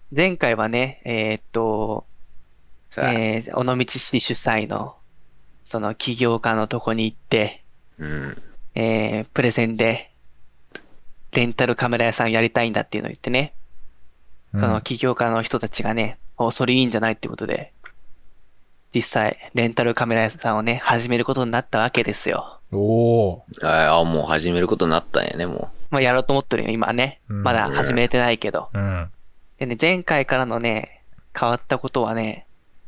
前回はね、 さあ、 尾道市主催の、その起業家のとこに行って、 うん。 プレゼンで、レンタルカメラ屋さんやりたいんだっていうのを言ってね、そのうん。 起業家の人たちがね、それいいんじゃないってことで、実際、レンタルカメラ屋さんをね、始めることになったわけですよ。 おー。 もう始めることになったんやね、もまあ、やろうと思ってるよ、今ね。 うんまだ始めれてないけど。 うん。 でね、前回からのね、変わったことはね、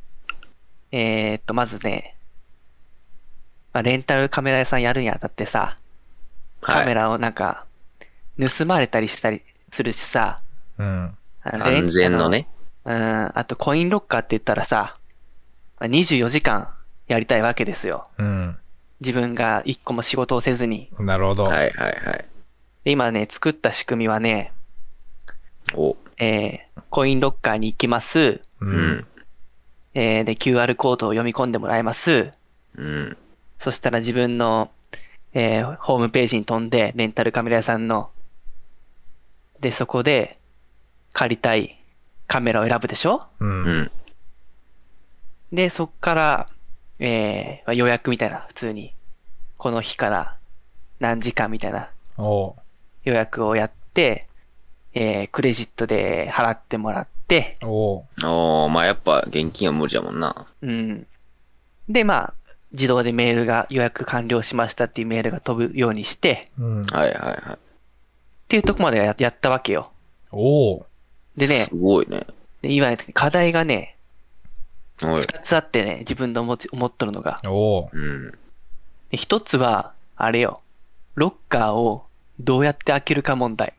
まずね、まあ、レンタルカメラ屋さんやるにあたってさ、 う。はい。 カメラをなんか、盗まれたりしたりするしさ、 うん。 安全のね。 あとコインロッカーって言ったらさ、24時間やりたいわけですよ。 うん。 自分が一個も仕事をせずに。 なるほど。 はいはいはい。 で今ね、作った仕組みはね、 お、 コインロッカーに行きます。 ううん。。 で、QR コードを読み込んでもらいます。 うん。 そしたら自分の、ホームページに飛んで、レンタルカメラ屋さんの、で、そこで借りたいカメラを選ぶでしょ。 う。 うんん。 で、そっから、まあ予約みたいな、普通に、この日から何時間みたいなおー。 予約をやって、クレジットで払ってもらって、 おー。 まあやっぱ現金は無理やもんな。 うん。で、まあ、自動でメールが予約完了しましたっていうメールが飛ぶようにして、 うん。 はいはいはっていうとこまでやったわけよ。 おー。 でい。 ねす、ごいね。 で今、課題がね、 おい。 二つあってね、自分で思っとるのが。 おー。 うん。 で一つは、あれよ、ロッカーをどうやって開けるか問題。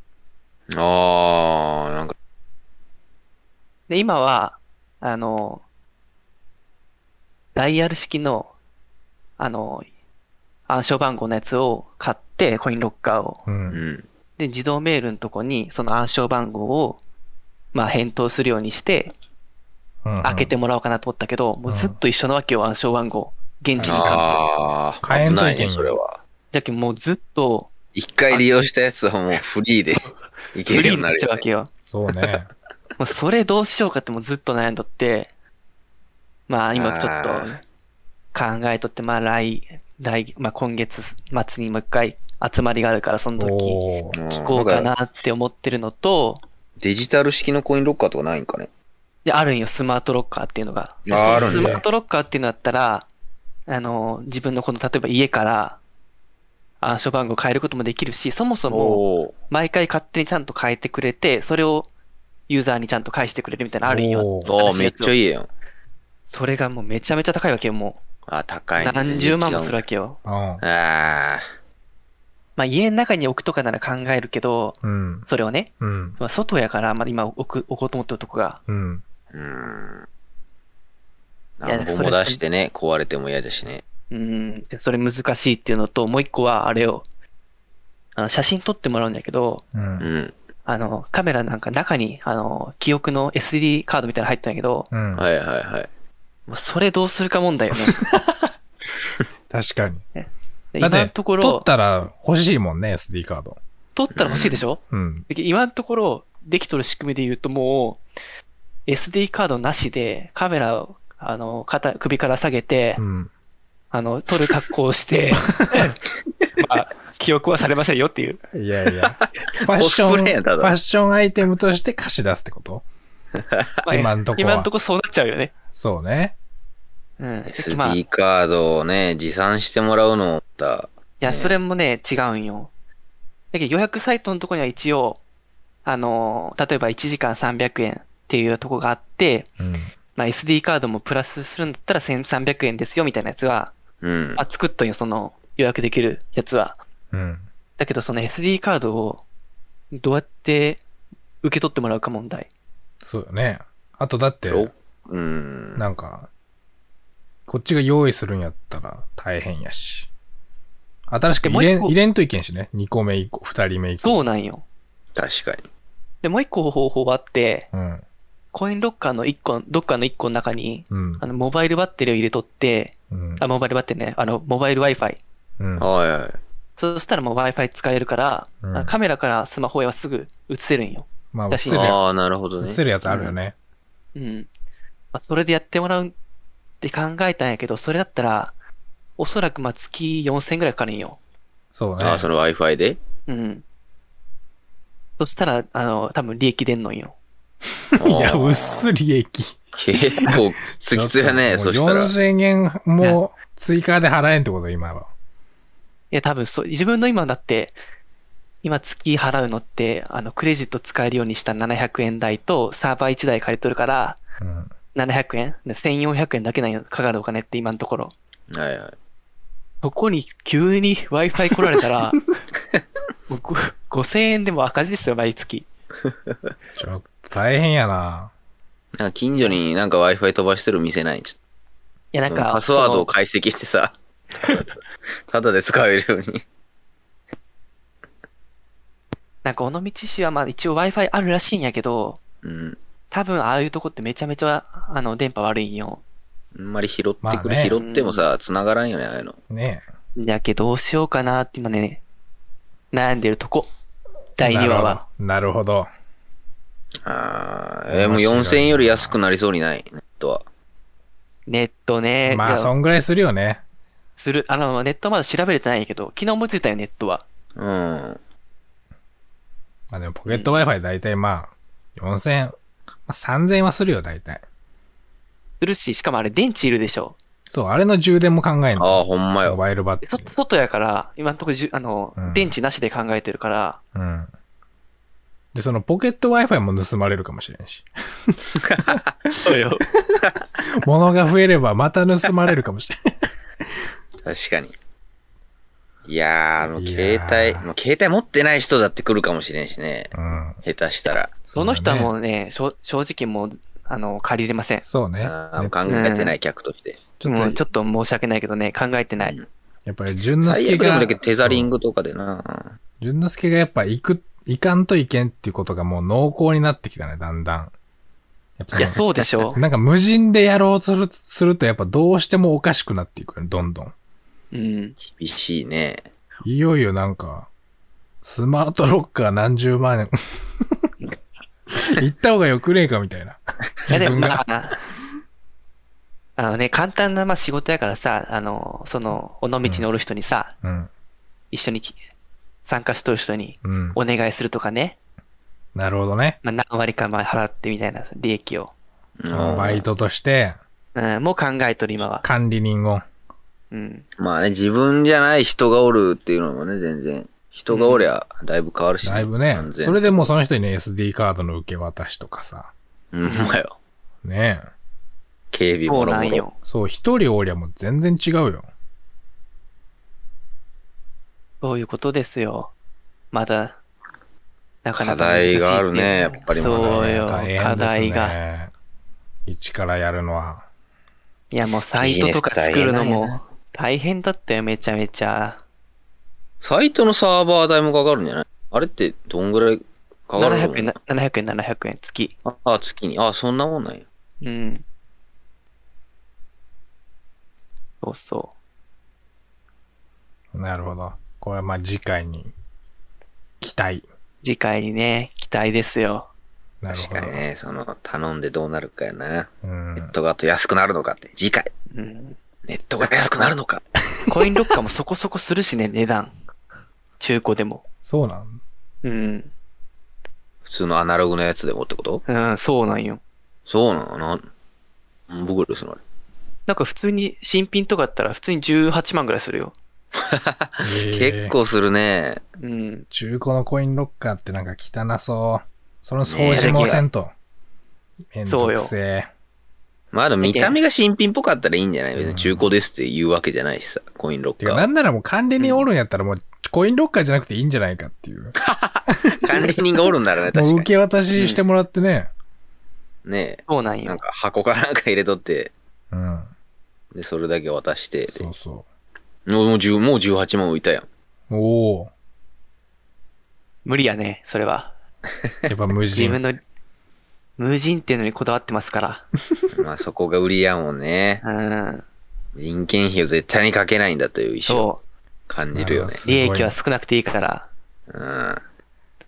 なんか、 で、今は、ダイヤル式の、あの、暗証番号のやつを買って、コインロッカーを。 う。 うんん。 で、自動メールのとこに、その暗証番号を、まあ、返答するようにして、開けてもらおうかなと思ったけど、もうずっと一緒なわけよ、暗証番号。現地時間と。 変え危ないね、 んといけんよそれは。 だけどもうずっと、 一回利用したやつはもうフリーでいけるようフリーになっになるよね。 ちゃうわけよ。 そうね。 もうそれどうしようかってもうずっと悩んどって、まあ今ちょっとあ考えとって、まあまあ今月末にもう一回集まりがあるから、その時おー。 聞こうかなって思ってるのと、 デジタル式のコインロッカーとかないんかね。 で、あるんよ、スマートロッカーっていうのが。でそのあるんだスマートロッカーっていうのだったら、自分のこの、例えば家から暗証番号変えることもできるし、そもそもおー。 毎回勝手にちゃんと変えてくれて、それをユーザーにちゃんと返してくれるみたいなのあるんよ。 おー。 めっ新しいやつを。 ちゃいいやん。 それがもうめちゃめちゃ高いわけよ、もう。 高いね。 何十万もするわけ。 けよ。 うん。 あまあ家の中に置くとかなら考えるけど、 うん。 それをね、 うん。 まあ外やから、まあ今置こうと思ってるとこが、 うん。 ー。 いやなんぼも出してね、壊れても嫌だしね。 でそれ難しいっていうのと、もう一個はあれを、写真撮ってもらうんだけど、 う。 うんん。 カメラなんか中に、記憶の SD カードみたいなの入ってんだけど、 うん。 はいはいはい。 もうそれどうするか問題よね。 確かに。 でだって、 今のとこ取ろっ、たら欲しいもんね、SD カード。 撮ったら欲しいでしょ、 うん。 で今のところ、できとる仕組みで言うともう、SD カードなしで、カメラを、首から下げてう、ん。 撮る格好をして、まあ、記憶はされませんよっていう。 いやいや。ファッション、 コスプレやんただファッションアイテムとして貸し出すってことまあ今んとこは今のとこそうなっちゃうよね。 そうね。 うん。まあ、い SD カードをね、持参してもらうのだ。 や、それもね、違うんよ。だけど予約サイトのとこには一応、例えば1時間300円っていうとこがあって、 うん。 まあ SD カードもプラスするんだったら1300円ですよみたいなやつは、 うん。 作っとんよ、その予約できるやつは。 うん。 だけどその SD カードをどうやって受け取ってもらうか問題。 そうよね。あとだって、 うん。 なんか、こっちが用意するんやったら大変やし。新しくでもう一個入れんといけんしね。2個目以降、2人目以降。 そうなんよ。 確かに。 で、もう一個方法があって、 うん。 コインロッカーの一個、どっかの一個の中に、 うん。 モバイルバッテリーを入れとって、 うん。 モバイルバッテリーね、モバイル Wi-Fi。 うん。 はいはい。 そしたらもう Wi-Fi 使えるから、 うんカメラからスマホへはすぐ映せるんよ。 まあ、 だしああ、なるほどね。 映るやつあるよね。 うん。まあ、それでやってもらうって考えたんやけど、それだったら、おそらくまあ月4000ぐらいかかるんよ。 そうね。 ああ、その Wi-Fi でうん。そしたら、多分利益出んのんよ。 いや、薄利益。 結構、つきつやね、そしたら。 4000円も追加で払えんってこと、今は。 いや、多分そう、自分の今だって、今月払うのって、クレジット使えるようにした700円代とサーバー1台借りとるから、 うん。 700円で ?1400 円だけなんよ、かかるお金って今のところ。 はいはい。 そこに急に Wi-Fi 来られたら、もう5000円でも赤字ですよ、毎月。 ちょっと大変やな。 なんか近所になんか Wi-Fi 飛ばしてる店ない？ちょっいや、なんとか、 パスワードを解析してさ、ただで使えるように。 なんか尾道市はまあ一応 Wi-Fi あるらしいんやけど、 うん。 多分ああいうとこってめちゃめちゃ、電波悪いんよ。 あんまり拾ってくる。 まあね拾ってもさ、繋がらんよね、ああいうの。 ねだけどどうしようかなって今ね、悩んでるとこ。第2話は。 なるほど。 ああ、もう4000円より安くなりそうにない、ネットは。 ネットね。 まあ、 いやそんぐらいするよね。 する。ネットまだ調べれてないんやけど、昨日思いついたよ、ネットは。 うん。 まあでも、ポケット Wi-Fi だいたいまあ、4000円、まあ、3000円はするよ、だいたい。 するし、しかもあれ電池いるでしょ。 そう、あれの充電も考えんの。 ああ、ほんまモよ。 バイルバッテリー。 外やから、今のところうん電池なしで考えてるから、 うん。で、そのポケット Wi-Fi も盗まれるかもしれんし。 そうよ。 物が増えればまた盗まれるかもしれん。 確かに。いやー、 いや携ー帯、もう携帯持ってない人だって来るかもしれんしね。 うん。 下手したら。 その人はもうね、正直もう、借りれません。 そうね。 考えてない客として。 もうちょっと申し訳ないけどね、考えてない。 やっぱり、淳之最介が、 悪でもだけテザリングとかでな。 淳之介がやっぱいかんといけんっていうことがもう濃厚になってきたね、だんだん。やっぱいや、そうでしょ。 なんか無人でやろうとするとやっぱどうしてもおかしくなっていくよね、どんどん。 うん。 厳しいね。 いよいよなんか、スマートロッカー何十万円。行った方がよくねえかみたいな。 いやでも自分がまあ、簡単なまあ仕事やからさ、尾道におる人にさ、 うん。 一緒に参加しとる人にうん。 お願いするとかね、 なるほどね。 まあ何割かまあ払ってみたいな利益を。 バイトとして、 もう考えとる今は。 管理人を。 うん。 まあね、自分じゃない人がおるっていうのもね、全然。人がおりゃ、だいぶ変わるし、 だいぶね完。全それでもうその人にね、SD カードの受け渡しとかさ。 うんまよ。 ねえ。 警備そうもろもろ。 なんよ。 そう、一人おりゃもう全然違うよ。 そういうことですよ。まだ、なかな課か難しいっていう題があるね、やっぱりまだね。 そうよ、課大変です題が。 ね。一からやるのは。 いや、もうサイトとか作るのもビジネス大変なんや大変だったよ、めちゃめちゃ。 サイトのサーバー代もかかるんじゃない？あれってどんぐらいかかるの 700円、700円、700円、月。 月に。そんなもんなんや。 うん。そうそなるほど。これはまあ次回に期待。 う。次回にね、期待ですよ。 なるほど。 確かにね、頼んでどうなるかやな。 うんネットがあと安くなるのかって。次回。 うん。 ネットが安くなるのか。 コインロッカーもそこそこするしね、値段。中古でも。 そうなんうん。 普通のアナログのやつでもってこと？ うん、そうなんよ。 そうなの僕ですのあれ。 なんか普通に新品とかだったら普通に18万ぐらいするよ。 結構するね。 うん。 中古のコインロッカーってなんか汚そう。その掃除もせんと。めんどくせえ。 まあでも見た目が新品っぽかったらいいんじゃない？別に中古ですって言うわけじゃないしさ、コインロッてか、 カー。 なんならもう管理人おるんやったらもうコインロッカーじゃなくていいんじゃないかっていう。 管理人がおるんだろうね、確かに。 もう受け渡ししてもらってね。 ねえ。なんそうなんよ。 か箱かなんか入れとって、 うん。 で、それだけ渡して。 そうそもう18万浮いたやん。 う。おお。 無理やね、それは。 やっぱ無人。 自分の、無人っていうのにこだわってますかまあそこが売りやもんね。 ら。うん。 人件費を絶対にかけないんだという意思をそ感じるよね。 う。利益は少なくていいから。 うん。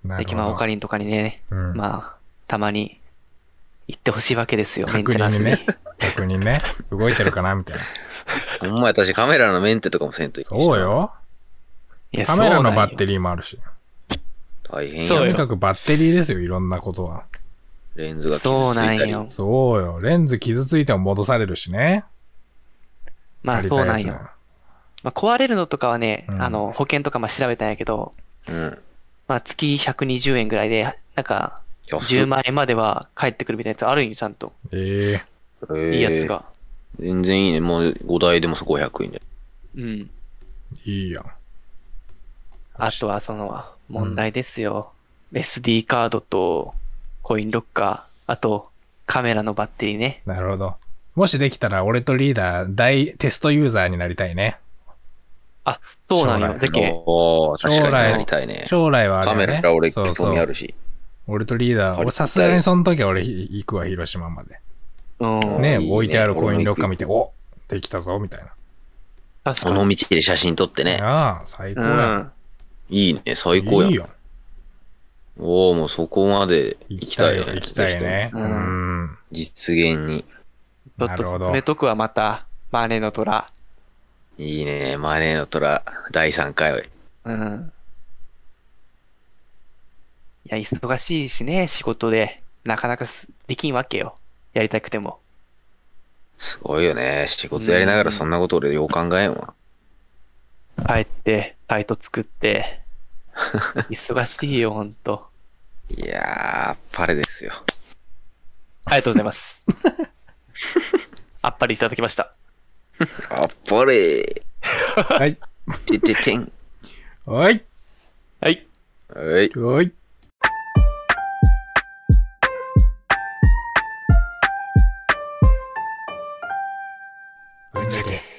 駅前オカリンとかにね、 うん、 まあ、たまに行ってほしいわけですよ、メン確テナンスに。 認ね。確認ね。動いてるかなみたいな。 ほんま私カメラのメンテとかもせんといけないしな。 そうよ。 いや、 カメラのバッリテリーもあるし。 大変そうよや。 とにかくバッテリーですよ、いろんなことは。 レンズが傷そうついたり。 なんよ。 そうよ。レンズ傷ついても戻されるしね。 まあ借りたやつそうなんよ。まあ壊れるのとかはね、 うん保険とかまあ調べたんやけど、 うん。 まあ月120円ぐらいで、なんか、 安い 10万円までは返ってくるみたいなやつあるんよ、ちゃんと。いいやつ。が。 全然いいね。もう5台でも500円で。 うん。 いいやん。 あとは問題ですよ。SD カードと、コインロッカー、あと、カメラのバッテリーね。 なるほど。もしできたら、俺とリーダー、大テストユーザーになりたいね。 あ、そうなんよ。 将来じゃけ、 おー、確かにやりたいね。 将来はあれ、 カね、 メラ俺そう興味あるし。 俺とリーダー、俺さすがにその時は俺行くわ、広島まで。 うん。 ね、 いいね置いてあるコインロッカー見て、おできたぞ、みたいな。 確かに。 この道で写真撮ってね。 ああ、最高うやん。 いいね、最高やん。 いいよ。 おー、もうそこまで行行きたいね。 きたいよ、行きたいね。 ううんん。 実現に。 ちょっと進めとくわ、また。マネの虎。 いいね、マネーの虎、第3回。 うん。いや、忙しいしね、仕事で。なかなかできんわけよ。やりたくても。 すごいよね。仕事やりながらそんなこと俺よう考えんわ。 帰って、サイト作って。忙しいよ、ほんと。 いやー、あっぱれですよ。 ありがとうございます。あっぱれいただきました。 あっぱれはい。 てててん。 おい。 はい。 はい。 おい。うんじゃけ。